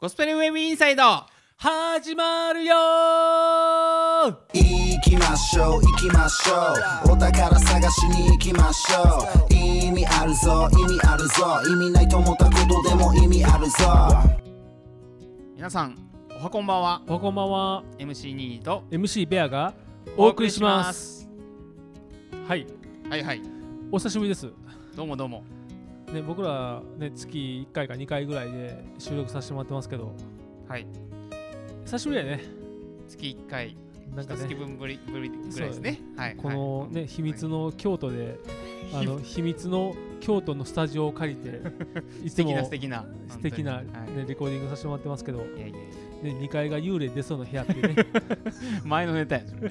ゴスペルウェブインサイド始まるよ行きましょう行きましょう、お宝探しに行きましょう。意味あるぞ意味あるぞ、意味ないと思ったことでも意味あるぞ。 皆さんおはこんばんは。 こんばんは。 MC ニーと MC ベアがお送りします。はいはいはい、 お久しぶりです。 どうもどうもね、僕ら、ね、月1回か2回ぐらいで収録させてもらってますけど、 はい、 久しぶりやね。 月1回なんかね、 月分ぶりぐらいですね。はい、 このね、 はい、 秘密の京都で秘密の京都のスタジオを借りていつも素敵な、 ね、レコーディングさせてもらってますけど、 いやいやね、2階が幽霊出そうな部屋っていうね前のネタやそれ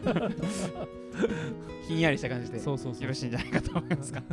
ひんやりした感じでそうよろしいんじゃないかと思いますか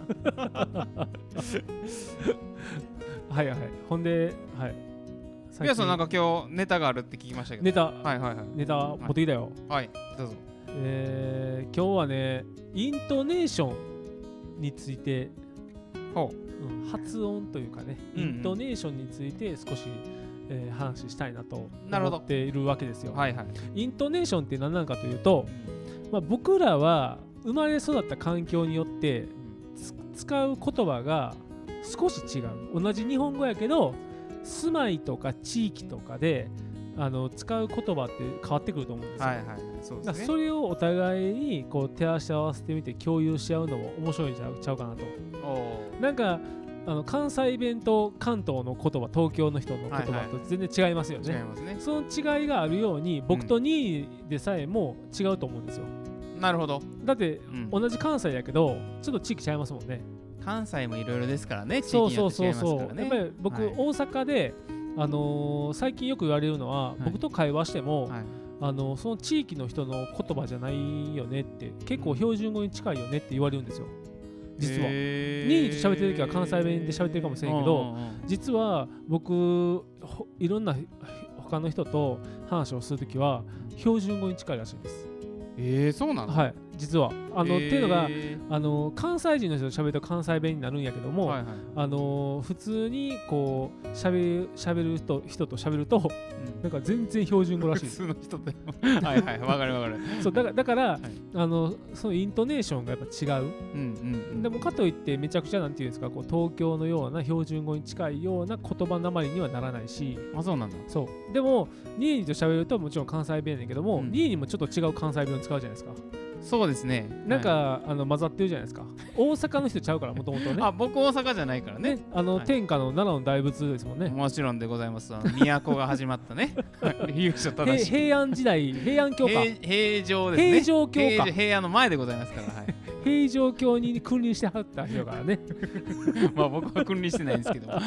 はいはい。ほんで、はい。 皆さんなんか今日ネタがあるって聞きましたけど。 ネタ、 はいはいはい。 ネタ持ってきたよ。 はい、どうぞ。 今日はね、イントネーションについて、発音というかね、イントネーションについて少し、話したいなと思っているわけですよ。 はいはい。 イントネーションって何なのかというと、僕らは生まれ育った環境によって使う言葉が少し違う。同じ日本語やけど住まいとか地域とかで使う言葉って変わってくると思うんですよ。 はいはい、そうですね。 それをお互いにこう手足合わせてみて共有し合うのも面白いんちゃうかなと。なんか関西弁と関東の言葉、東京の人の言葉と全然違いますよね。 違いますね。 その違いがあるように僕と2位でさえも違うと思うんですよ。 なるほど。 だって、同じ関西やけどちょっと地域違いますもんね。 関西もいろいろですからね。 そうそうそうそう。やっぱり僕、 はい、 大阪で、最近よく言われるのは、僕と会話しても、その地域の人の言葉じゃないよねって、結構標準語に近いよねって言われるんですよ。実は。2位と喋ってる時は関西弁で喋ってるかもしれんけど、実は僕いろんな他の人と話をするときは標準語に近いらしいんです。 そうなの？ はい、実はっていうのが関西人の人と喋ると関西弁になるんやけども、普通にこう喋る人と喋ると、なんか全然標準語らしい。 普通の人とはいはい、わかるわかる。 そうだから、そのイントネーションがやっぱ違う。でもかといってめちゃくちゃなんていうんですか、こう東京のような標準語に近いような言葉なまりにはならないし。 そうなんだ。 そう。でもニーニーと喋るともちろん関西弁やねんけども、ニーニーもちょっと違う関西弁を使うじゃないですか。 そうですね。 なんか、混ざってるじゃないですか。大阪の人ちゃうから、もともとね。 僕大阪じゃないからね。 天下の奈良の大仏ですもんね。 もちろんでございます。都が始まったね。由緒正しい。 平安時代、平安京か。 平城ですね。 平城京か。 平安の前でございますから。はい。 平城京に君臨してはった人からね。 まあ僕は君臨してないんですけど。はい。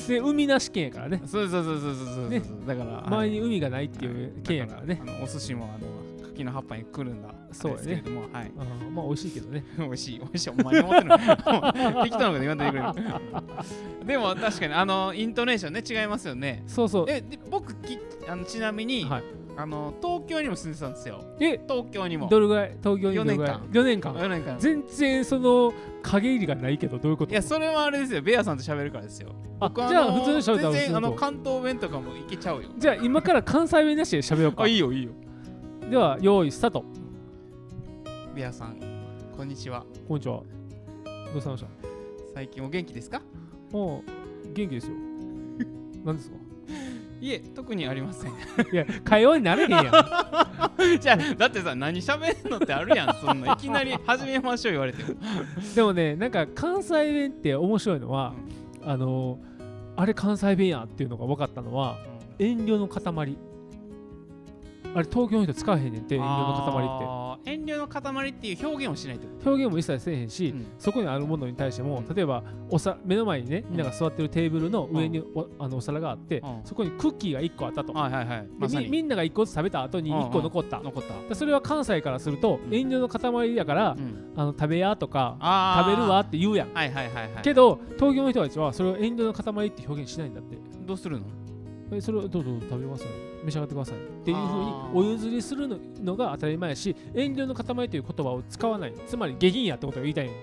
で、海なし県やからね。 そう。だから前に海がないっていう県やからね。 お寿司も柿の葉っぱにくるんだ。 そうですね。 はい。 まあ美味しいけどね。 美味しい。お前に思ってる。適当なこと言わんといてくれる。でも確かにイントネーションね違いますよね。 そうそう。 僕ちなみに東京にも住んでたんですよ。東京にも。 どれぐらい？東京にどれぐらい？4年間。全然その影入りがないけどどういうこと？ いやそれはあれですよ。ベアさんと喋るからですよ。 じゃあ普通に喋ったら全然関東弁とかもいけちゃうよ。 じゃあ今から関西弁なしで喋ろうか。 いいよいいよ。 では用意スタート。 ベアさんこんにちは。 こんにちは。どうさました？ 最近お元気ですか？ もう元気ですよ。何ですか？ いえ特にありません。いや会話になれへんやん。 じゃあだってさ何喋るのってあるやん。そんないきなり始めましょう言われても。でもねなんか関西弁って面白いのは、あれ関西弁やっていうのが分かったのは、遠慮の塊。あれ東京の人使わへんねんって、遠慮の塊って。 遠慮の塊っていう表現をしないと。 表現も一切せえへんし、そこにあるものに対しても、例えば目の前にねみんなが座ってるテーブルの上にお皿があって、そこにクッキーが1個あったと。みんなが1個ずつ食べた後に1個残った。それは関西からすると遠慮の塊やから、食べやとか食べるわって言うやん。けど東京の人たちはそれを遠慮の塊って表現しないんだって。 どうするの？ それをどうぞ食べください、召し上がってくださいっていうふうにお譲りするのが当たり前やし、遠慮の塊という言葉を使わない、つまり下品やってことが言いたいの。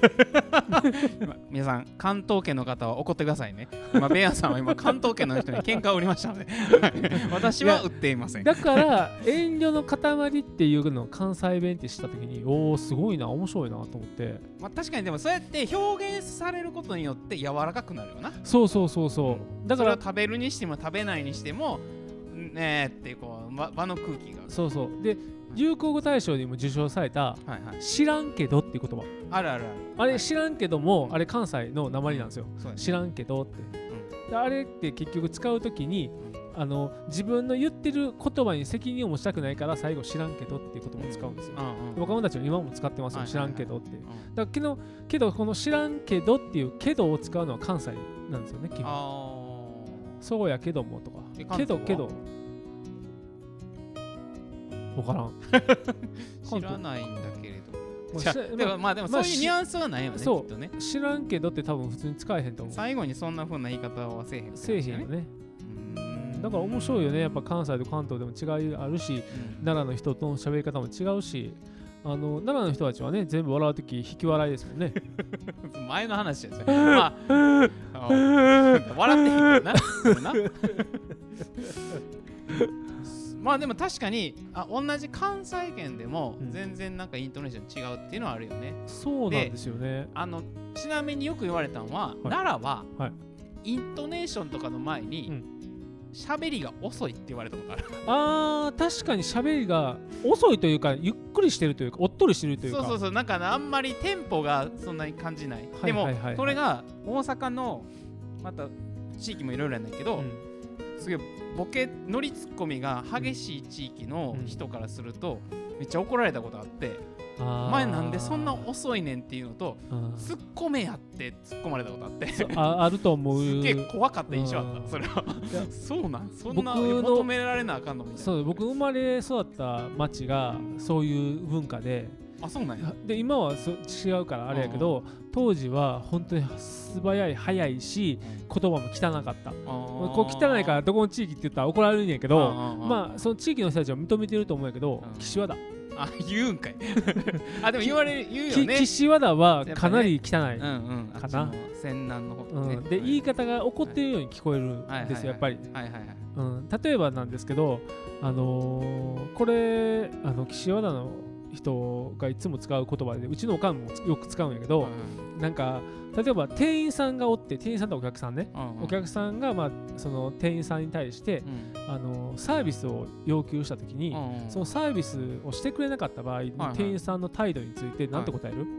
皆さん関東圏の方は怒ってくださいね。今ベアさんは今関東圏の人に喧嘩を売りましたので私は売っていません。 だから遠慮の塊っていうのを関西弁って知った時におーすごいな面白いなと思って、 確かにでもそうやって表現されることによって柔らかくなるよな。 そうだからそれを食べるにしても食べないにしてもねえってこう場の空気がそうで流行語大賞にも受賞された、知らんけどっていう言葉あれ知らんけども、あれ関西の訛りなんですよ、知らんけどって、であれって結局使うときに自分の言ってる言葉に責任を持ちたくないから最後知らんけどっていう言葉を使うんですよ、若者たちは今も使ってますよ、知らんけどって、だからけどこの知らんけどっていうけどを使うのは関西なんですよね基本。そうやけどもとかけど分からん知らないんだけれどでもそういうニュアンスはないよね、きっとね。 知らんけどって多分普通に使えへんと思う。 最後にそんな風な言い方はせえへんよね。だから面白いよね、やっぱ関西と関東でも違いあるし、奈良の人との喋り方も違うし、奈良の人たちはね全部笑うとき引き笑いですもんね前の話ですよ笑ってへんなまあでも確かに同じ関西圏でも全然なんかイントネーション違うっていうのはあるよね。 そうなんですよね。 ちなみによく言われたのは、奈良はイントネーションとかの前に喋りが遅いって言われたことある。 確かに喋りが遅いというかゆっくりしてるというかおっとりしてるというか、 そうなんかあんまりテンポがそんなに感じない。でもそれが大阪のまた地域もいろいろなんだけど、すげえボケ乗りツッコミが激しい地域の人からするとめっちゃ怒られたことがあって、お前なんでそんな遅いねんっていうのとツッコめやって突っ込まれたことあってあると思う。 すげえ怖かった印象あった。それはそうなん、そんな求められなあかんのみたいな。 そう、僕生まれ育った町がそういう文化で、 そうなんや。 で今は違うからあれやけど、当時は本当に素早い早いし言葉も汚かった。こう汚いからどこの地域って言ったら怒られるんやけど、まあその地域の人たちは認めてると思うんやけど、岸和田言うんかいでも言うよね。 岸和田はかなり汚いかな、 泉南の方ね。 で言い方が怒ってるように聞こえるんですよやっぱり。例えばなんですけど、これ岸和田の人がいつも使う言葉で、うちのおかんもよく使うんやけど、なんか例えば店員さんがおって、店員さんとお客さんね、お客さんがその店員さんに対して、サービスを要求したときに、そのサービスをしてくれなかった場合、店員さんの態度について何て答える？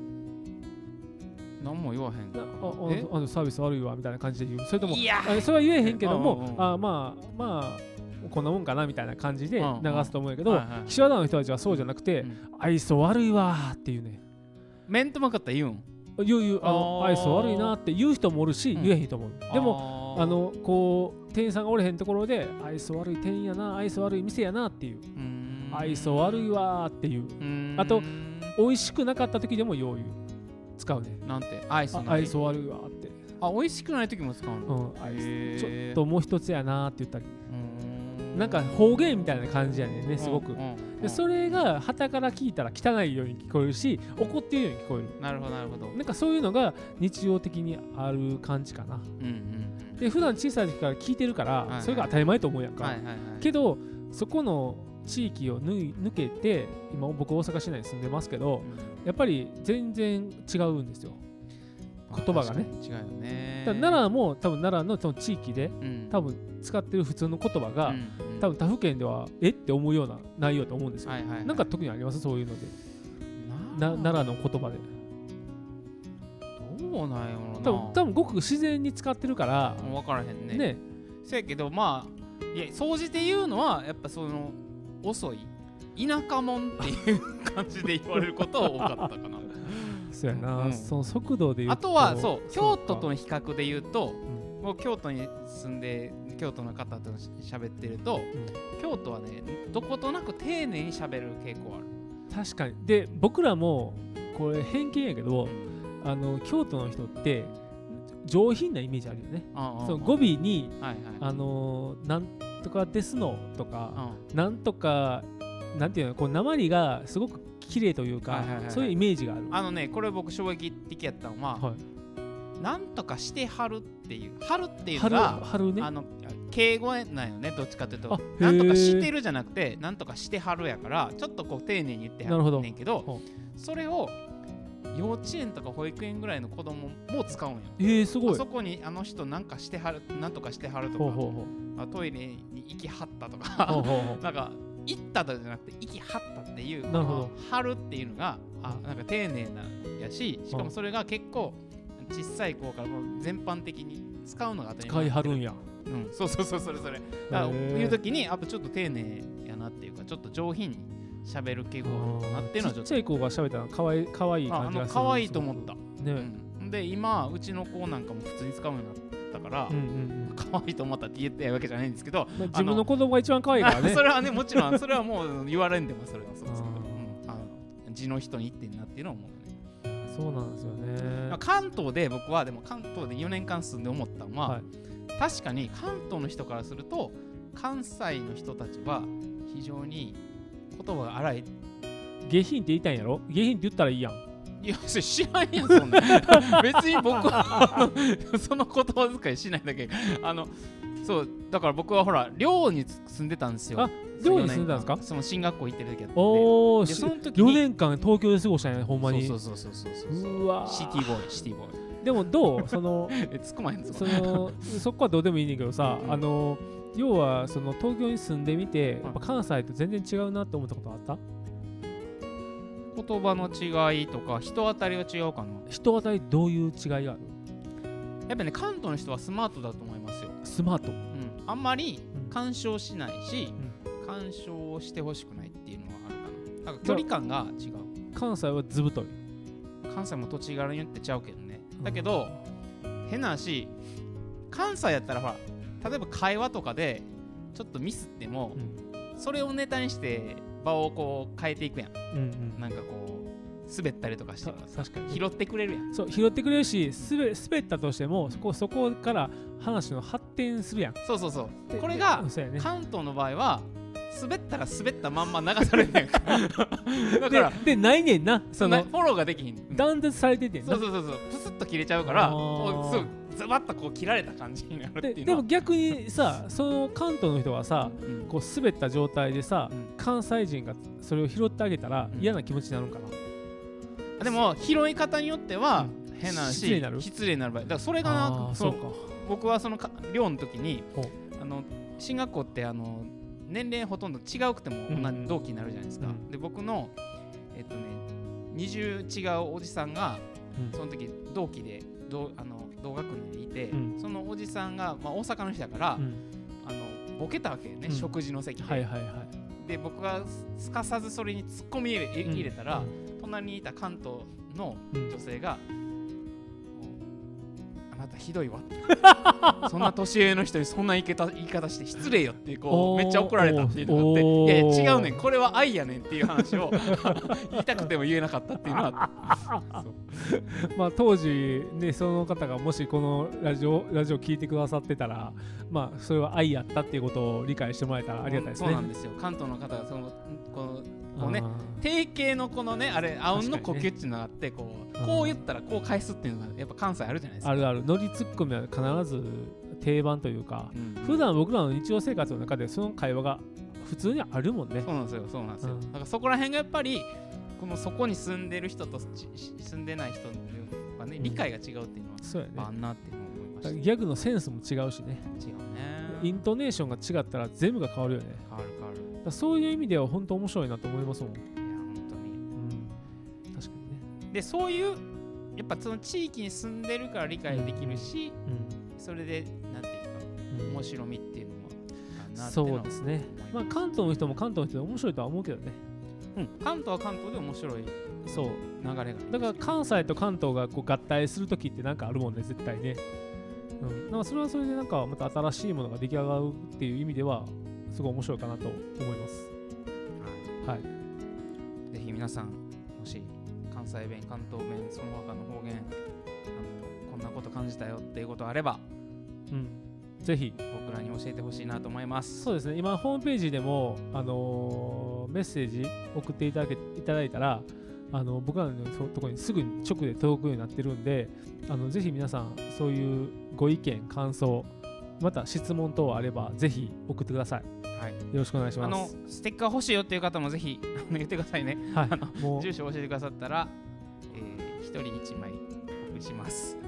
何も言わへん。 サービス悪いわみたいな感じで言う？それともそれは言えへんけども、まあこんなもんかなみたいな感じで流すと思うんやけど、岸和田の人たちはそうじゃなくて、愛想悪いわーっていうね。 面と向かったら言うん？ 言う愛想悪いなって言う人もおるし、言えへん人もおる。でもこう店員さんがおれへんところで愛想悪い店員やな、愛想悪い店やなっていう、愛想悪いわーっていう。あと美味しくなかった時でもよう言う、使うね。 なんて愛想悪いわーって。 美味しくない時も使うの？ ちょっともう一つやなーって言ったり、なんか方言みたいな感じやねんね、すごく。でそれが傍から聞いたら汚いように聞こえるし、怒っているように聞こえる。 なるほどなるほど。 なんかそういうのが日常的にある感じかな。で普段小さい時から聞いてるから、それが当たり前と思うやんか。けどそこの地域を抜けて、今僕大阪市内に住んでますけど、やっぱり全然違うんですよ、言葉がね。 違うよね。 奈良も多分奈良のその地域で、多分使ってる普通の言葉が、多分他府県ではって思うような内容だと思うんですよ。なんか特にあります？そういうので奈良の言葉で。 どうなんやろな。 多分ごく自然に使ってるから分からへんね。せやけど総じて言うのはやっぱその遅い田舎もんっていう感じで言われることは多かったかな。 そうやな、その速度で言うと。 あとは京都との比較で言うと、もう京都に住んで京都の方と喋ってると、京都はねどことなく丁寧に喋る傾向ある。 確かに。で僕らもこれ偏見やけど、京都の人って上品なイメージあるよね。その語尾になんとかですのとか、なんとかなんていうのこう訛りがすごく綺麗というか、そういうイメージがある。 これ僕衝撃的やったのは、はい、なんとかしてはるっていうはるっていうのがね、敬語なんよね、どっちかというとなんとかしてるじゃなくてなんとかしてはるやからちょっとこう丁寧に言ってはるねんけど、それを幼稚園とか保育園ぐらいの子供も使うんよ。 すごい。 あそこにあの人なんかしてはる、なんとかしてはるとか、トイレに行きはったとかなんか行ったとかじゃなくて行きはったっていう、はるっていうのがなんか丁寧なんやし、しかもそれが結構小さい子からもう全般的に使うのが当たり前。 使いはるんや。 そうそれだから言う時にやっぱちょっと丁寧やなっていうか、ちょっと上品に喋る敬語だなっていうのはちっちゃい子が喋ったらかわいい感じがする。 かわいいと思った、で今うちの子なんかも普通に使うようになったから、かわいいと思ったって言ってやるわけじゃないんですけど、 自分の子供が一番かわいいからねそれはねもちろんそれはもう言われんでもそれはそうですけど、字の人に言ってんなっていうのは思うね。 そうなんですよね。 関東で僕はでも関東で4年間住んで思ったのは、確かに関東の人からすると関西の人たちは非常に言葉が荒い。 下品って言いたいんやろ。下品って言ったらいいやん。 いやそれ知らんやんそんな別に僕はその言葉遣いしないだけ。そうだから僕はほら寮に住んでたんですよ。 寮に住んでたんですか。 その進学校行ってる時やったんで。 その時に4年間東京で過ごしたんやね、ほんまに。 そううわシティボーイ。 でもどうそのつくまへんぞ。 そこはどうでもいいねんけどさ、要はその東京に住んでみてやっぱ関西と全然違うなって思ったことあった？ 言葉の違いとか人当たりは違うかな。 人当たりどういう違いがある？ やっぱね関東の人はスマートだと思いますよ。 スマート？ あんまり干渉しないし、干渉をしてほしくないっていうのはあるかな。なんか距離感が違う。 関西はずぶとい。 関西も土地柄によってちゃうけどね。だけど、変な話、関西やったらほら例えば会話とかでちょっとミスっても、それをネタにして場をこう変えていくやん。なんかこう滑ったりとかして確かに拾ってくれるやん。 そう拾ってくれるし、滑ったとしてもそこから話の発展するやん。 そうこれが関東の場合は滑ったら滑ったまんま流されるやんかだからでないねんな、 そのフォローができひん。 断絶されててんな。 そうプスッと切れちゃうからすぐズバッとこう切られた感じになるっていうのは。 でも逆にさ、その関東の人はさ、こう滑った状態でさ、関西人がそれを拾ってあげたら嫌な気持ちになるんかな。 でも拾い方によっては変なし失礼になる場合だから、それがな僕はその寮の時に進学校って年齢ほとんど違うくても同じ同期になるじゃないですか。で僕の20違うおじさんがその時同期で同学年にいて、そのおじさんが大阪の人だからボケたわけよね、食事の席で。で僕がすかさずそれに突っ込み入れたら、隣にいた関東の女性があなたひどいわそんな年上の人にそんな言い方して失礼よってこうめっちゃ怒られたっていうのがあって、いや違うねんこれは愛やねんっていう話を言いたくても言えなかったっていうのはまあ当時ね、その方がもしこのラジオ聞いてくださってたら、まあそれは愛やったっていうことを理解してもらえたらありがたいですね。 そうなんですよ。関東の方がこうね、定型のこのねあれあうんの呼吸っていうのがあって、こう言ったらこう返すっていうのがやっぱ関西あるじゃないですか。 あるノリツッコミは必ず定番というか、普段僕らの日常生活の中でその会話が普通にあるもんね。 そうなんですよ。だからそこら辺がやっぱりそこに住んでる人と住んでない人はね、理解が違うっていうのはあんなっていうのを思いました。 ギャグのセンスも違うしね。 違うね。 イントネーションが違ったら全部が変わるよね。 変わる。 そういう意味では本当面白いなと思いますもん。いや本当に、 確かにね。 でそういうやっぱその地域に住んでるから理解できるし、それでなんていうか、面白みっていうのもあるなっていうのは。 そうですね。まあ関東の人も関東の人で面白いとは思うけどね。 関東は関東で面白い流れが。 だから関西と関東がこう合体するときってなんかあるもんね、絶対ね。なんかそれはそれでなんかまた新しいものが出来上がるっていう意味ではすごい面白いかなと思います。はい。 ぜひ皆さん、もし関西弁、関東弁、その他の方言、こんなこと感じたよっていうことあれば、ぜひ僕らに教えてほしいなと思います。 そうですね。今ホームページでもメメッセージ送っていただいたら僕らのところにすぐ直で届くようになってるんでぜひ皆さんそういうご意見感想また質問等あればぜひ送ってください、はい、よろしくお願いします。 ステッカー欲しいよっていう方もぜひ言ってくださいね、はい、もう住所教えてくださったら、1人1枚送します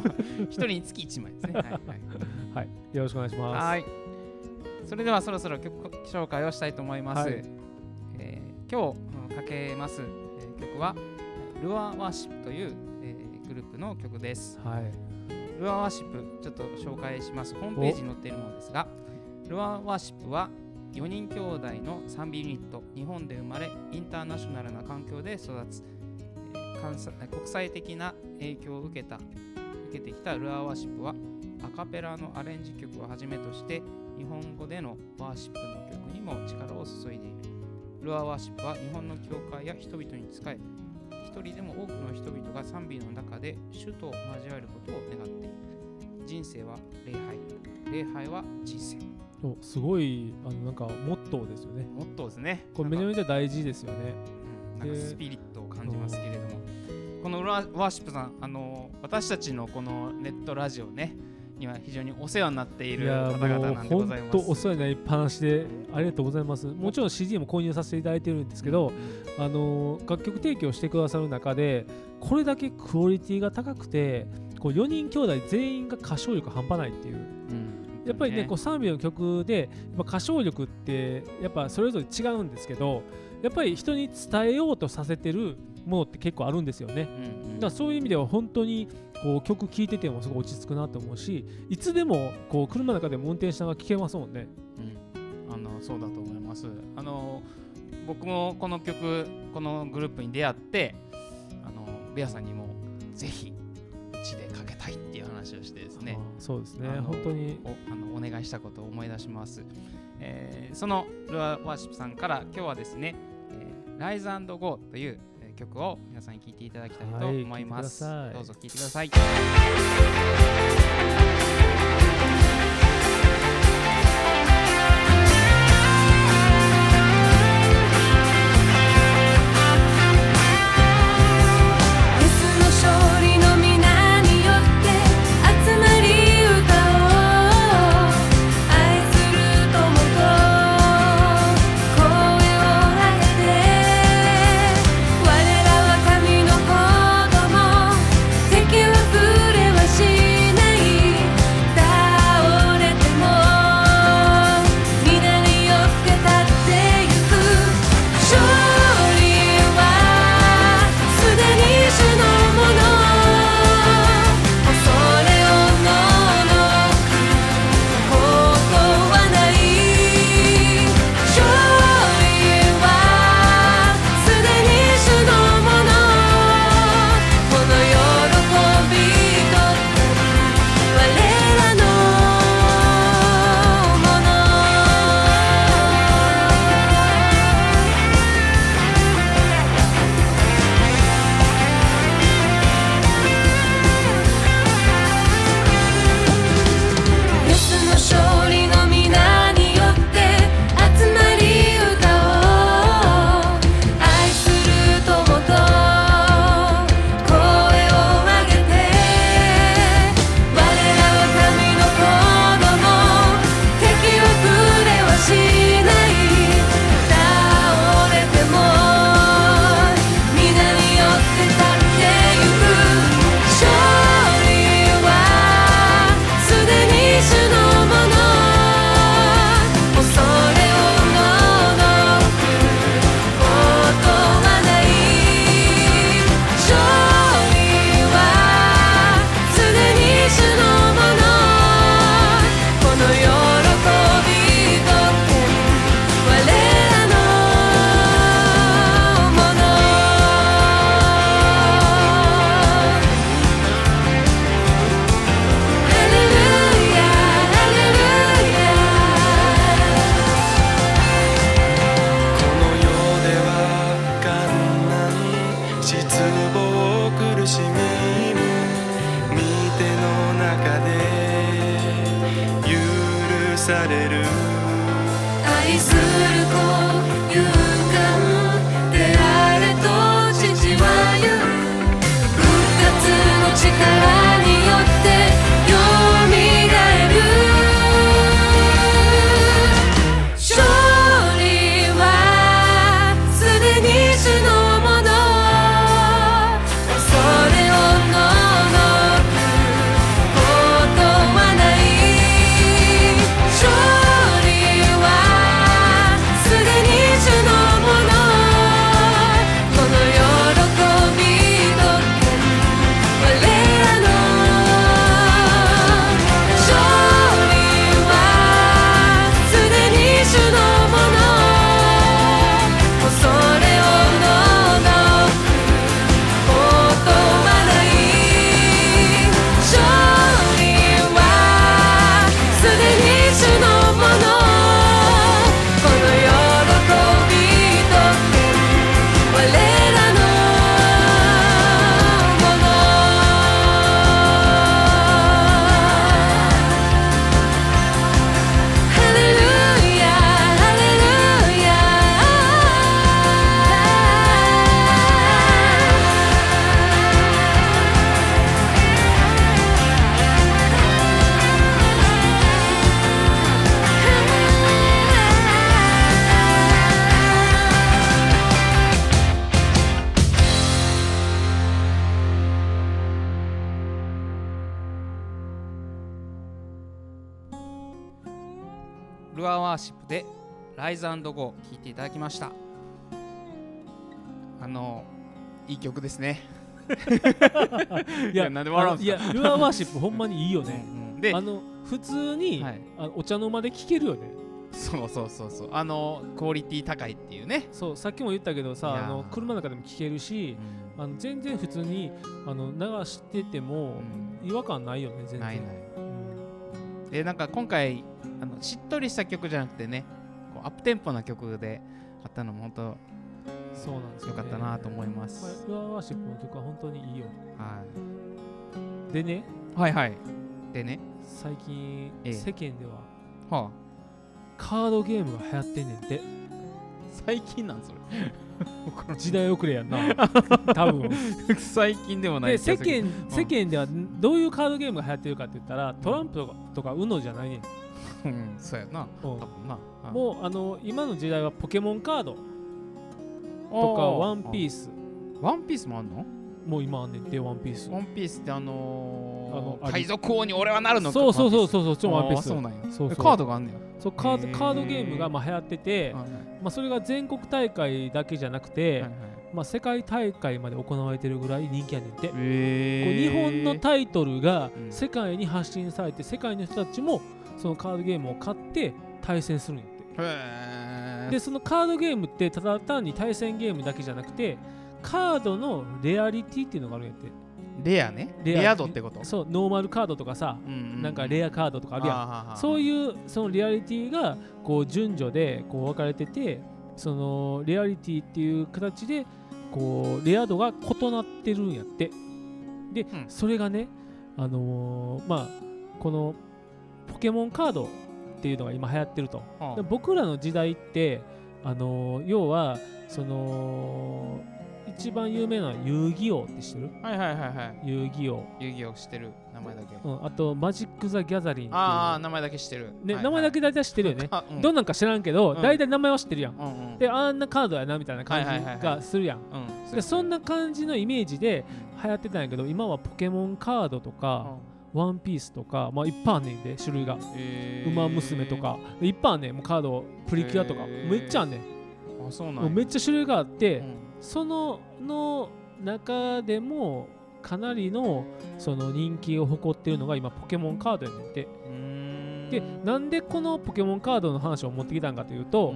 1人につき1枚ですねはい、はいはい、よろしくお願いします。 はい、それではそろそろ曲紹介をしたいと思います、はい今日かけます曲はルアーワーシップという、グループの曲です、はい、ルアーワーシップちょっと紹介します。ホームページに載っているものですがルアーワーシップは4人兄弟の賛美ユニット。日本で生まれインターナショナルな環境で育つ、国際的な影響を受けてきたルアーワーシップはアカペラのアレンジ曲をはじめとして日本語でのワーシップの曲にも力を注いでいる。ルアーワーシップは日本の教会や人々に仕え一人でも多くの人々が賛美の中で主と交わることを願っている。人生は礼拝は人生。 すごいなんかモットーですよね。 モットーですね。 これめちゃめちゃ大事ですよね。 なんかスピリットを感じますけれども、このワーシップさん私たちのこのネットラジオねには非常にお世話になっている方々なんでございます。 本当お世話になりっぱなしでありがとうございます。もちろん CD も購入させていただいてるんですけど、楽曲提供してくださる中でこれだけクオリティが高くてこう4人兄弟全員が歌唱力半端ないっていう、やっぱりねこう賛美の曲で歌唱力ってやっぱそれぞれ違うんですけど、やっぱり人に伝えようとさせてるものって結構あるんですよね、だからそういう意味では本当にこう曲聴いててもすごい落ち着くなと思うし、いつでもこう車の中でも運転しながら聴けますもんね。 そうだと思います。僕もこの曲このグループに出会ってベアさんにもぜひうちでかけたいっていう話をしてですね。 そうですね、本当にお願いしたことを思い出します、そのルアーワーシップさんから今日はですね、Rise and Go という曲を皆さんに聴いていただきたいと思います、どうぞ聴いてください。 される愛する子勇敢ルアーワーシップでライズ&ゴー聴いていただきました。いい曲ですね。 いやなんで笑うんですか。いやルアーワーシップほんまにいいよね。で普通に、はい、お茶の間で聴けるよね。 そうクオリティ高いっていうね。 そうさっきも言ったけどさ車の中でも聴けるし、全然普通に流してても違和感ないよね全然。ない。 でなんか今回しっとりした曲じゃなくてねこうアップテンポな曲であったのも本当そうなんですよ、 ね、よかったなと思います。 ルアーワーシップの曲は本当にいいよ。 はい。 でね。 でね。 最近、世間では、 カードゲームが流行ってんねんて。 最近なんそれ。 時代遅れやんな。多分。 最近でもない。 で世間ではどういうカードゲームが流行ってるかって言ったらトランプとか UNO じゃないねん。 そうやな。多分な。 もう今の時代はポケモンカードとかワンピース。 ワンピースもあんの？ もう今あんねんてワンピース。 ワンピースって海賊王に俺はなるのか。そう超ワンピース。 そうなんや。カードがあんねや。 そうカードゲームが流行ってて、それが全国大会だけじゃなくて、世界大会まで行われてるぐらい人気やねんて。日本のタイトルが世界に発信されて、世界の人たちもそのカードゲームを買って対戦するんやって。でそのカードゲームってただ単に対戦ゲームだけじゃなくてカードのレアリティっていうのがあるんやって。 レアね。レア度ってこと。 そうノーマルカードとかさ、なんかレアカードとかあるやん。そういうそのレアリティがこう順序でこう分かれてて、そのレアリティっていう形でこうレア度が異なってるんやって。で、それがねこのポケモンカードっていうのが今流行ってると。僕らの時代って要はその一番有名なのは遊戯王って知ってる？遊戯王知ってる。名前だけ。 あとマジック・ザ・ギャザリンっていう。 名前だけ知ってる。 ね、名前だけ大体知ってるよね。どんなんか知らんけど、大体名前は知ってるやん。で、あんなカードやなみたいな感じがするやん。で、そんな感じのイメージで流行ってたんやけど、今はポケモンカードとか、ワンピースとか、いっぱいあんねんで、種類が。ウマ娘とか、いっぱいあんねん。もうカード、プリキュアとか、めっちゃあんねん。めっちゃ種類があって、その中でもかなりのその人気を誇っているのが今ポケモンカードやねんて。でなんでこのポケモンカードの話を持ってきたんかというと、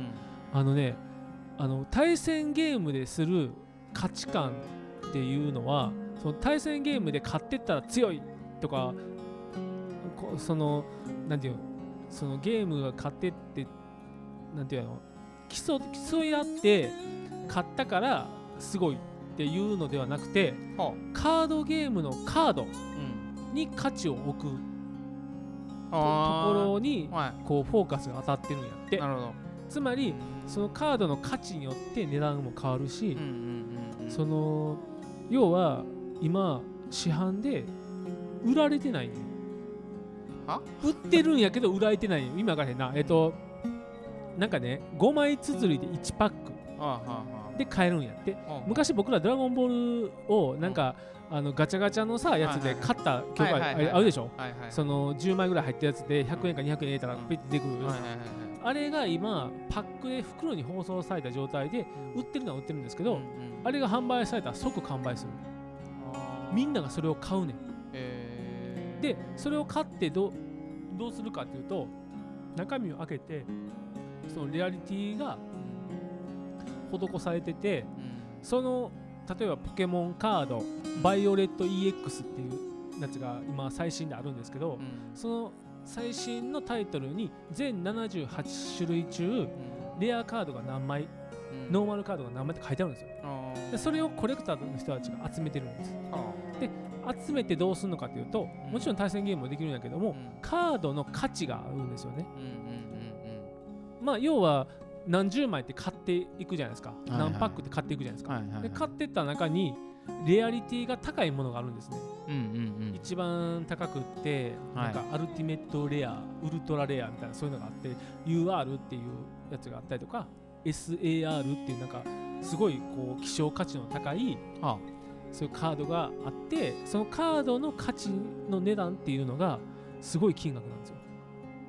対戦ゲームでする価値観っていうのはその対戦ゲームで勝ってったら強いとかそのなんていうのそのゲームが勝ってってなんていうの競い合って買ったからすごいっていうのではなくて、カードゲームのカードに価値を置くところにこうフォーカスが当たってるんやって。 なるほど。 つまりそのカードの価値によって値段も変わるし、その要は今市販で売られてないね。売ってるんやけど売られてない。今からへんな。なんかね5枚綴りで1パックで買えるんやって。昔僕らドラゴンボールをなんかガチャガチャのさやつで買った記憶あるでしょ。その10枚ぐらい入ったやつで100円か200円入れたらピッて出てくる。あれが今パックで袋に包装された状態で売ってるのは売ってるんですけど、あれが販売されたら即完売する。みんながそれを買うねん。でそれを買ってどうするかっていうと中身を開けてそのレアリティが施されてて、その例えばポケモンカードバイオレット EX っていうやつが今最新であるんですけど、その最新のタイトルに全78種類中レアカードが何枚、ノーマルカードが何枚って書いてあるんですよ。でそれをコレクターの人たちが集めてるんです。で集めてどうするのかというと、もちろん対戦ゲームもできるんだけども、カードの価値があるんですよね。要は何十枚って買っていくじゃないですか。何パックって買っていくじゃないですか。で買ってった中にレアリティが高いものがあるんですね。一番高くってなんかアルティメットレア、ウルトラレアみたいなそういうのがあって、 UR っていうやつがあったりとか SAR っていうなんかすごいこう希少価値の高いそういうカードがあって、そのカードの価値の値段っていうのがすごい金額なんですよ。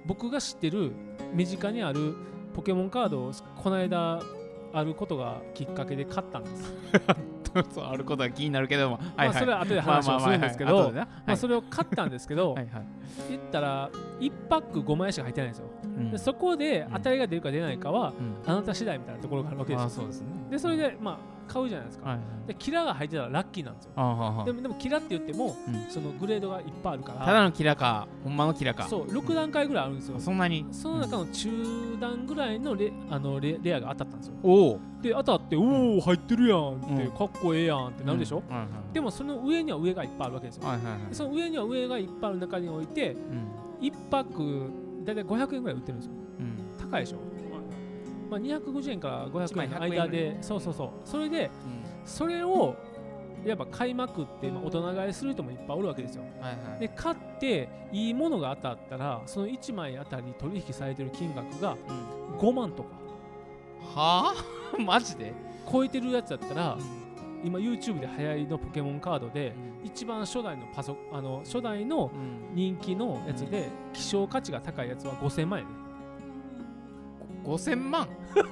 僕が知ってる身近にあるポケモンカードをこの間あることがきっかけで買ったんですそうあることが気になるけども、 まあ、それは後で話をするんですけどそれを買ったんですけど言ったら1パック5枚しか入ってないんですよ、でそこで当たりが出るか出ないかはあなた次第みたいなところがあるわけですよ、 そうですね、 でそれでまあ買うじゃないですか、でキラが入ってたらラッキーなんですよ、でもキラって言っても、そのグレードがいっぱいあるからただのキラかほんまのキラか、 そう6段階ぐらいあるんですよ、 そんなにその中の中段ぐらいのレアが当たったんですよ、 おで当たっておお入ってるやんってかっこええやんってなるでしょ、でもその上には上がいっぱいあるわけですよ、その上には上がいっぱいある中に置いて、1パックだいたい500円ぐらい売ってるんですよ、高いでしょ、まあ、250円から500円の間で、そうそれで、それをやっぱ買いまくって、まあ、大人買いする人もいっぱいおるわけですよ、で買っていいものが当たったらその1枚あたり取引されてる金額が5万とか、 はあマジで超えてるやつだったら、今 YouTube で流行りのポケモンカードで、一番初代の初代の人気のやつで、希少価値が高いやつは5000万円で、 5000万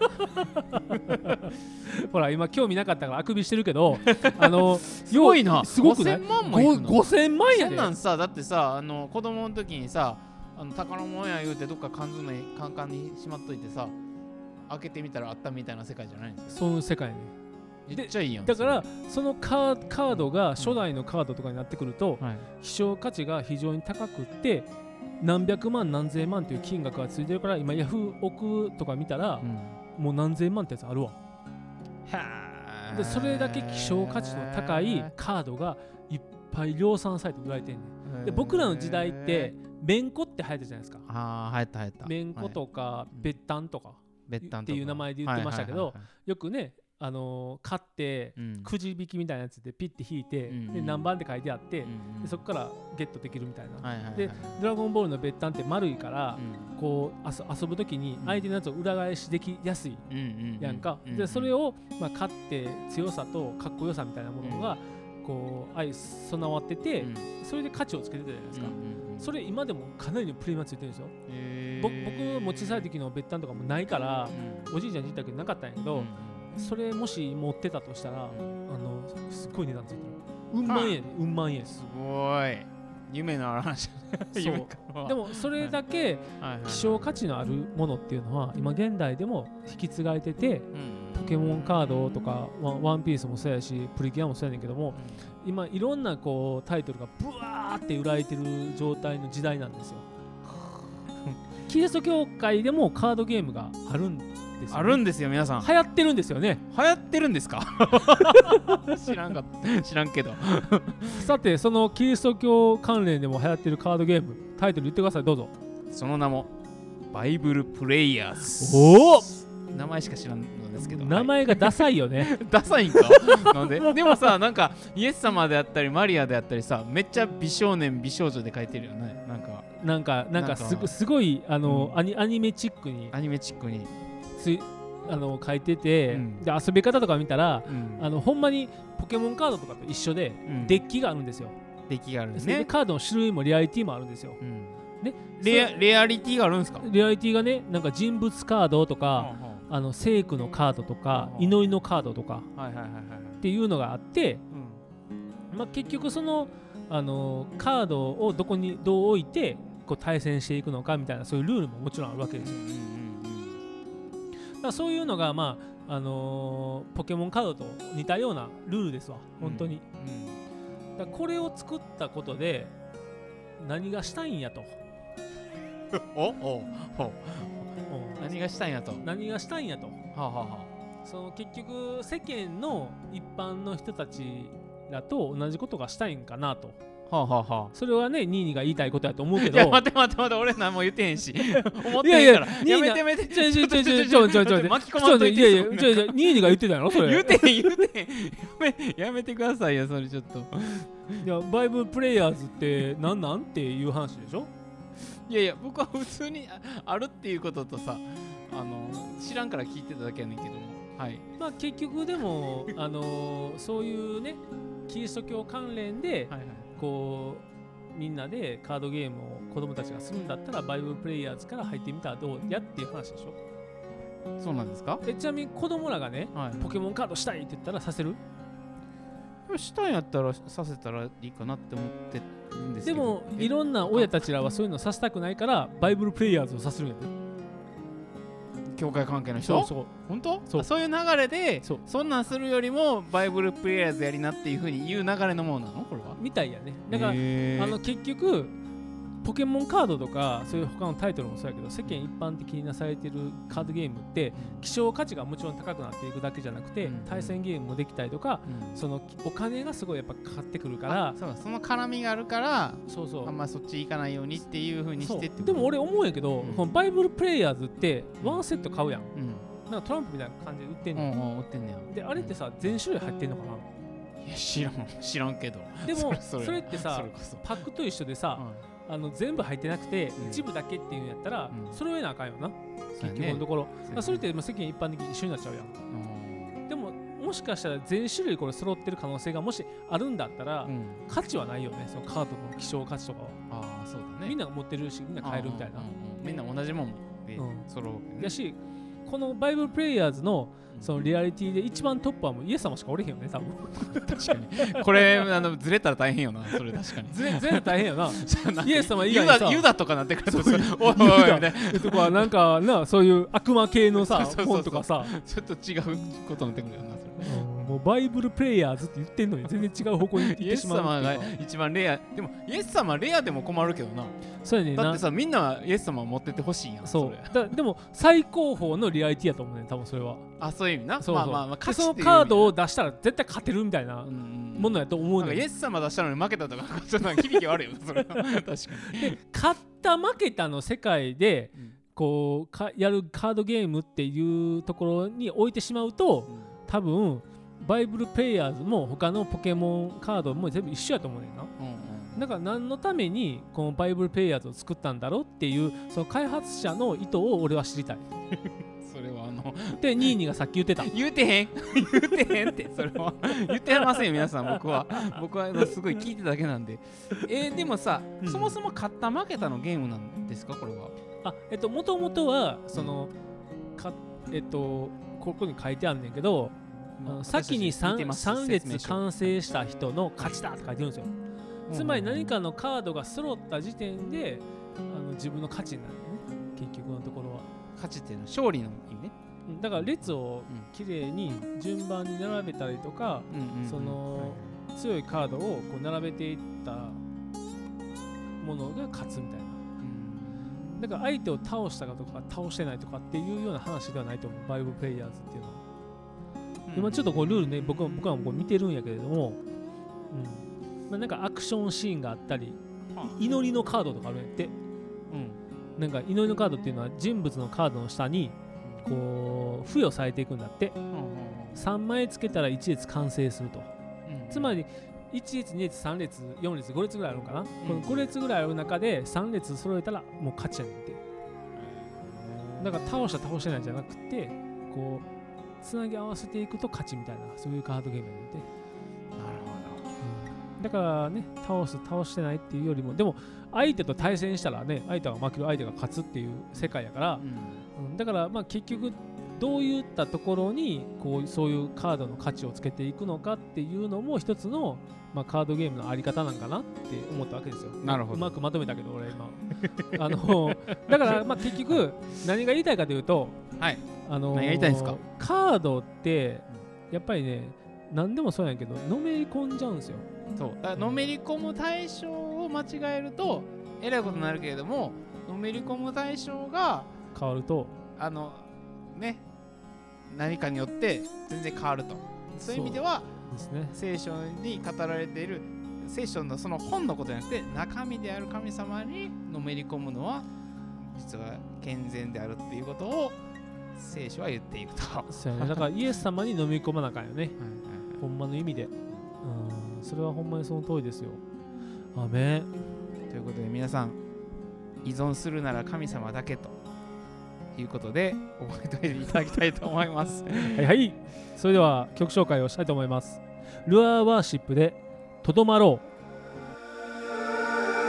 ほら今興味なかったからあくびしてるけどすごいな、 すごくない 5000万もいくの 5000万やで、 そんなんさ、だってさ子供の時にさ宝物や言うてどっか缶詰カンカンにしまっといてさ開けてみたらあったみたいな世界じゃないんですよ、 そういう世界ね、 めっちゃいいやん。 だからそのカードが初代のカードとかになってくると、希少価値が非常に高くって何百万何千万という金額がついてるから、今ヤフーオクとか見たら、もう何千万ってやつあるわ。でそれだけ希少価値の高いカードがいっぱい量産されて売られてんねん。で僕らの時代ってめんこって流行ったじゃないですか。 ああ流行っためんことかべったんとかっていう名前で言ってましたけど、よくね買ってくじ引きみたいなやつでピッて引いて、で何番って書いてあって、でそこからゲットできるみたいな。でドラゴンボールのべったんって丸いから、こう遊ぶ時に相手のやつを裏返しできやすいやんか。でそれを買って強さとかっこよさみたいなものがこう相備わってて、それで価値をつけてたじゃないですか。それ今でもかなりのプレミアついてるんですよ。僕も小さい時のべったんとかもないから、おじいちゃんに言ったけどなかったんやけど、それもし持ってたとしたらすっごい値段ついてる。うん万円、うん万円。 すごい夢のある話そうでもそれだけ希少価値のあるものっていうのは今現代でも引き継がれてて、ポケモンカードとかワンピースもそうやしプリキュアもそうやねんけども、今いろんなこうタイトルがブワーって売られてる状態の時代なんですよ。キリスト教会でもカードゲームがあるんですよ、ね、 あるんですよ皆さん。 流行ってるんですよね。 流行ってるんですか知らんけどさてそのキリスト教関連でも流行ってるカードゲームタイトル言ってください、どうぞ。 その名もバイブルプレイヤーズ。 おお、 名前しか知らんのですけど、 名前がダサいよねダサいんかなんででもさ、なんかイエス様であったりマリアであったりさ、めっちゃ美少年美少女で書いてるよね。 なんかすごいアニメチックに書いてて、で遊び方とか見たら、ほんまにポケモンカードとかと一緒で、デッキがあるんですよ。 デッキがあるんですね。 でカードの種類もリアリティもあるんですよ。 ね、レアリティがあるんですか？ リアリティがね、なんか人物カードとか、聖句のカードとか、祈りのカードとかっていうのがあって、結局そのカードをどこにどう置いてこう対戦していくのかみたいな、そういうルールももちろんあるわけですよ。だからそういうのがポケモンカードと似たようなルールですわ、本当に。だからこれを作ったことで何がしたいんやと何がしたいんやとその結局世間の一般の人たちだと同じことがしたいんかなと。それはね、ニーニーが言いたいことやと思うけど。 いや待って俺何も言ってへんし思ってへんから。やめてちょ巻き込まんといて。ニーニーが言ってたやろそれ。 言ってへんやめてくださいよそれちょっと。 いやバイブルプレイヤーズってなんていう話でしょ。 いや僕は普通にあるっていうこととさ、知らんから聞いてただけやねんけども、 結局でもそういうねキリスト教関連で、こうみんなでカードゲームを子供たちがするんだったらバイブルプレイヤーズから入ってみたらどうやっていう話でしょ。 そうなんですか。 ちなみに子供らがね、ポケモンカードしたいって言ったらさせる？ したんやったらさせたらいいかなって思ってるんですけど。 でもいろんな親たちらはそういうのさせたくないからバイブルプレイヤーズをさせるんやで。 協会関係の人？ そう本当？そういう流れで そんなんするよりもバイブルプレイヤーズやりなっていう風に言う流れのものなのこれは？ みたいやね。だから結局ポケモンカードとかそういう他のタイトルもそうやけど世間一般的になされてるカードゲームって希少価値がもちろん高くなっていくだけじゃなくて、対戦ゲームもできたりとか、そのお金がすごいやっぱかかってくるから、 その絡みがあるからあんまそっち行かないようにっていう風にしてって。 でも俺思うんやけど、このバイブルプレイヤーズってワンセット買うやん、なんかトランプみたいな感じで売ってんねん、 売ってんねん。 であれってさ全種類入ってんのかな？ いや知らんけど。 でもそれってさパックと一緒でさ、全部入ってなくて一部だけっていうんやったらそれをえなあかんよな、結局のところ。それって世間一般的に一緒になっちゃうやん。でももしかしたら全種類これ揃ってる可能性がもしあるんだったら価値はないよね、そのカードの希少価値とかは。 ああそうだね。 みんなが持ってるしみんな買えるみたいな。 みんな同じもんで揃う。 だしこのバイブルプレイヤーズのそのリアリティで一番トップはもうイエス様しかおれへんよね、多分。 確かに。これずれたら大変よな、それ確かに。 ずれたら大変よな。イエス様以外にさ、 ユダとかなってくると、おいおいみたいな。 とかなんかな、そういう悪魔系のさ本とかさ、 ちょっと違うことになってくるよな。 もうバイブルプレイヤーズって言ってんのに全然違う方向に行ってしまう。 イエス様が一番レア。でもイエス様レアでも困るけどな。 そうやねんな。 だってさ、みんなはイエス様を持っててほしいやん。 そうでも最高峰のリアリティやと思うねん、多分それは。 あ、そういう意味な。 そうそのカードを出したら絶対勝てるみたいなものやと思うねん。 イエス様出したのに負けたとかちょっと響き悪いよそれは。確かに。 で勝った負けたの世界でこうやるカードゲームっていうところに置いてしまうと、多分バイブルプレイヤーズも他のポケモンカードも全部一緒やと思うねんな。だから何のためにこのバイブルプレイヤーズを作ったんだろうっていうその開発者の意図を俺は知りたい。 それはでニーニーがさっき言ってた。 言うてへんってそれは言ってませんよ皆さん。僕はすごい聞いてただけなんで。でもさ、そもそも勝った負けたのゲームなんですかこれは？ もともとはそのここに書いてあるんねんけど、先に 3列完成した人の勝ちだって書いてるんですよ。つまり何かのカードが揃った時点で自分の勝ちになるよね、結局のところは。 勝ちっていうのは勝利の意味ね。 だから列をきれいに順番に並べたりとか、その強いカードをこう並べていったものが勝つみたいな。だから相手を倒したかとか倒してないとかっていうような話ではないと思う、バイブルプレイヤーズっていうのは。今ちょっとこうルールね、僕はこう見てるんやけれども、なんかアクションシーンがあったり、祈りのカードとかあるんやって。なんか祈りのカードっていうのは人物のカードの下にこう付与されていくんだって。3枚つけたら1列完成すると。つまり1列2列3列4列5列ぐらいあるのかな、この5列ぐらいある中で3列揃えたらもう勝ちやねんって。だから倒してないじゃなくてこうつなぎ合わせていくと勝ちみたいな、そういうカードゲームやねんて。なるほど。だからね、倒してないっていうよりも、でも相手と対戦したらね、相手が負ける相手が勝つっていう世界やから、だからまあ結局どういったところにこうそういうカードの価値をつけていくのかっていうのも一つの、まあ、カードゲームのあり方なんかなって思ったわけですよ。 なるほど。 うまくまとめたけど俺今だからまあ結局何が言いたいかというと、 はい、何が言いたいんですか？ カードってやっぱりね、何でもそうやけどのめり込んじゃうんですよ。 そうだからのめり込む対象を間違えるとえらいことになるけれども、のめり込む対象が変わるとね、何かによって全然変わると。そういう意味ではですね、 聖書に語られている聖書のその本のことじゃなくて中身である神様にのめり込むのは実は健全であるっていうことを聖書は言っていると。 そうやね、だからイエス様に飲み込まなあかんよね。ほんまの意味で。それはほんまにその通りですよ。アメン。 ということで皆さん、依存するなら神様だけということで覚えておいていただきたいと思います。 はいはい。それでは曲紹介をしたいと思います。ルアーワーシップでとどまろう。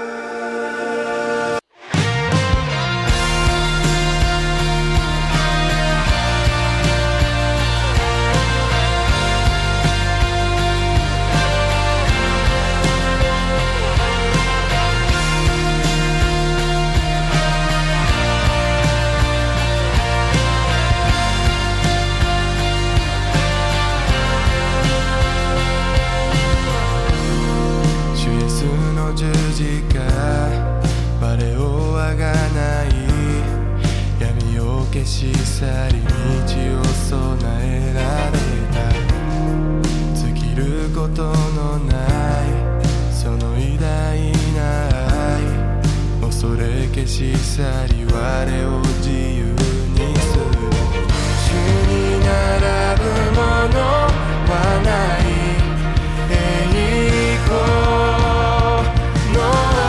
消し去り道を備えられた。尽きることのないその偉大な愛、恐れ消し去り我を自由にする。主に並ぶものはない栄光の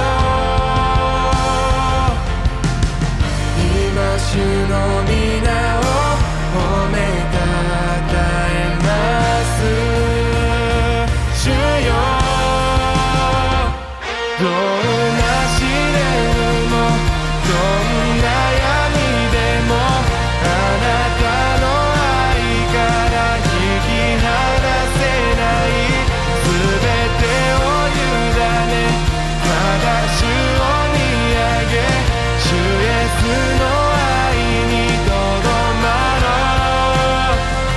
今主の皆を褒めたたえます。主よ、どんな試練もどんな闇でもあなたの愛から引き離せない。すべてを委ね、ただ主を見上げ、主イエスの愛にとどまろう。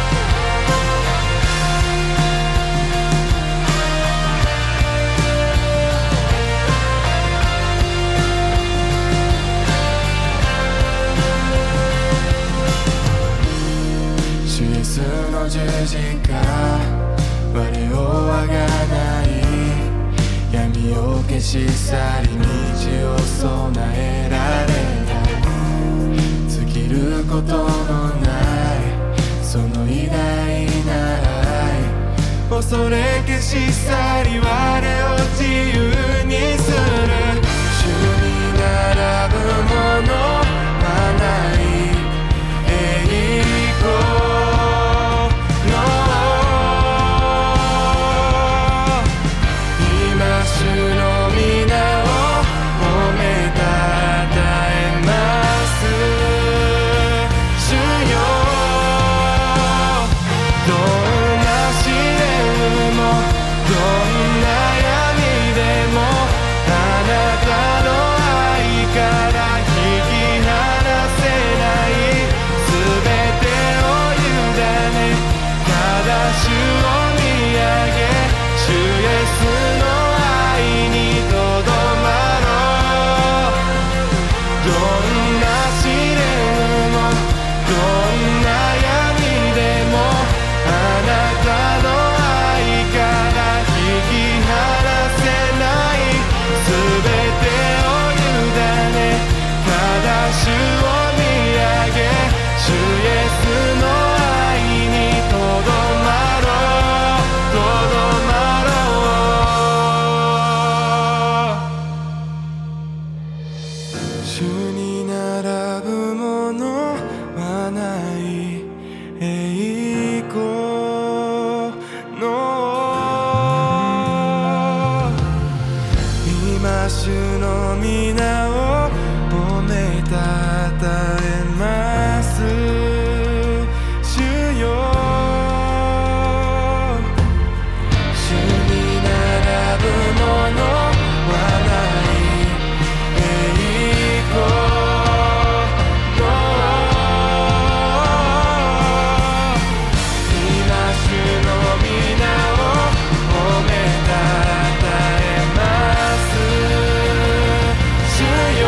主イエスの十字架、我をあがない、闇を消し去り道を備えられた。尽きることのないその偉大な愛、恐れ消し去り我を自由にする。主に並ぶものはない栄光主の皆を褒めたたえます。主よ、どんな試練もどんな闇でもあなたの愛から引き離せない。すべてを委ね、ただ主を見上げ、主イエスの愛にとどまろう。どんな試練もどんな闇でもあなたの愛から引き離せない。すべてを委ね、ただ主を見上げ、主イエスの愛にとどまろう。とどまろう。主に並ぶものはない栄光の今主の皆を褒めたたえます。主よ、主に並ぶものはない栄光の今主の皆を褒めたたえます。主よ、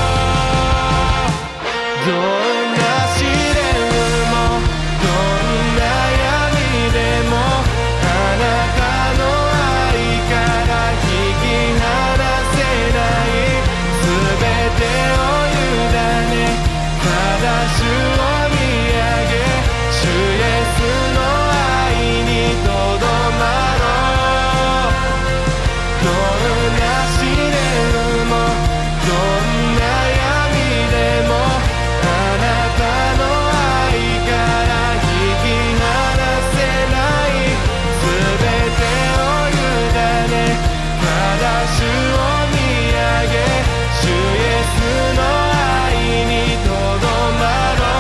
どんな試練もどんな闇でもあなたの愛から引き離せない。すべてを委ね、ただ主を見上げ、主イエスの愛にとどまろう。どんな試練もどんな闇でもあなたの愛から引き離せない。すべてを委ね、ただ主を見上げ、主イエスの愛にとどまろ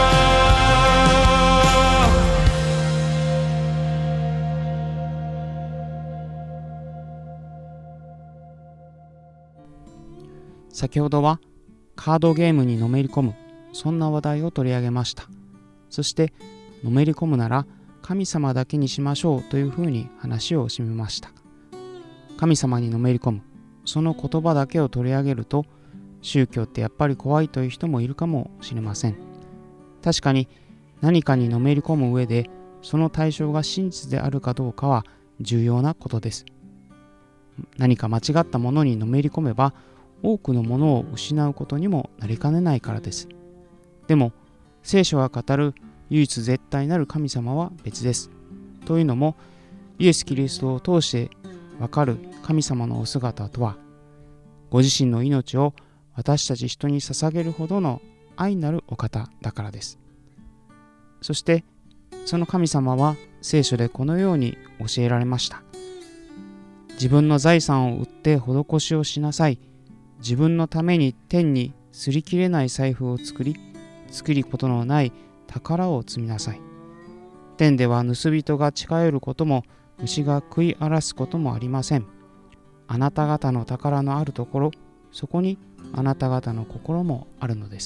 う。先ほどはカードゲームにのめり込む、そんな話題を取り上げました。そしてのめり込むなら神様だけにしましょうというふうに話を締めました。神様にのめり込む、その言葉だけを取り上げると、宗教ってやっぱり怖いという人もいるかもしれません。 確かに何かにのめり込む上でその対象が真実であるかどうかは重要なことです。何か間違ったものにのめり込めば多くのものを失うことにもなりかねないからです。でも聖書が語る唯一絶対なる神様は別です。というのもイエス・キリストを通してわかる神様のお姿とは、ご自身の命を私たち人に捧げるほどの愛なるお方だからです。そしてその神様は聖書でこのように教えられました。自分の財産を売って施しをしなさい。自分のために天に擦り切れない財布を作りことのない宝を積みなさい。天では盗人が近寄ることも虫が食い荒らすこともありません。あなた方の宝のあるところ、そこにあなた方の心もあるのです。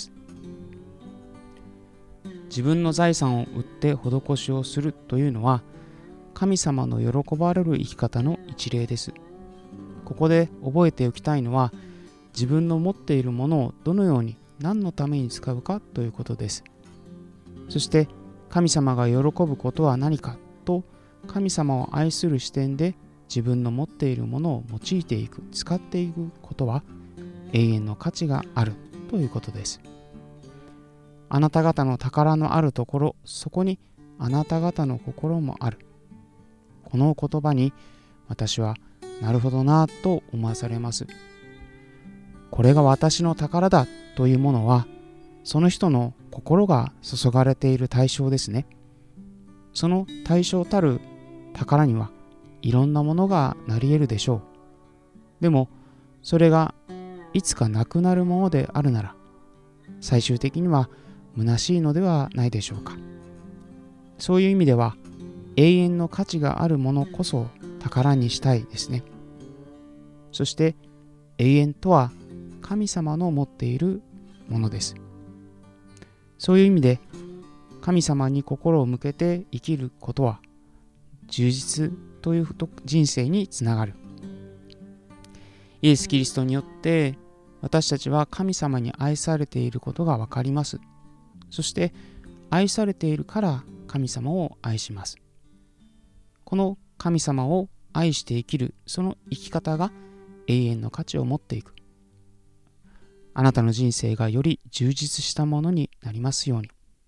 自分の財産を売って施しをするというのは、神様の喜ばれる生き方の一例です。ここで覚えておきたいのは、自分の持っているものをどのように何のために使うかということです。そして神様が喜ぶことは何かと、神様を愛する視点で自分の持っているものを用いていく、使っていくことは永遠の価値があるということです。あなた方の宝のあるところ、そこにあなた方の心もある。この言葉に私はなるほどなぁと思わされます。これが私の宝だというものは、その人の心が注がれている対象ですね。その対象たる宝にはいろんなものがなり得るでしょう。でもそれがいつかなくなるものであるなら、最終的には虚しいのではないでしょうか。そういう意味では永遠の価値があるものこそ宝にしたいですね。そして永遠とは神様の持っているものです。そういう意味で神様に心を向けて生きることは充実という人生につながる。イエス・キリストによって私たちは神様に愛されていることがわかります。そして愛されているから神様を愛します。この神様を愛して生きる、その生き方が永遠の価値を持っていく。あなたの人生がより充実したものになりますように。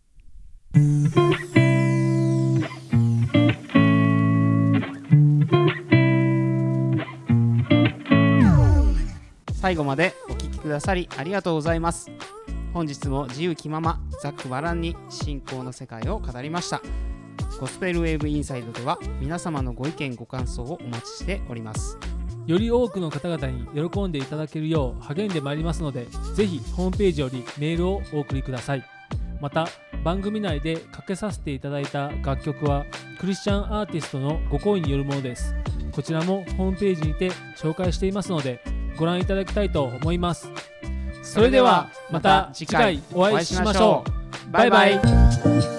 最後までお聞きくださりありがとうございます。本日も自由気ままざっくばらんに信仰の世界を語りました。ゴスペルウェーブインサイドでは皆様のご意見ご感想をお待ちしております。 より多くの方々に喜んでいただけるよう励んでまいりますので、ぜひホームページよりメールをお送りください。また番組内でかけさせていただいた楽曲はクリスチャンアーティストのご好意によるものです。こちらもホームページにて紹介していますのでご覧いただきたいと思います。それではまた次回お会いしましょう。バイバイ。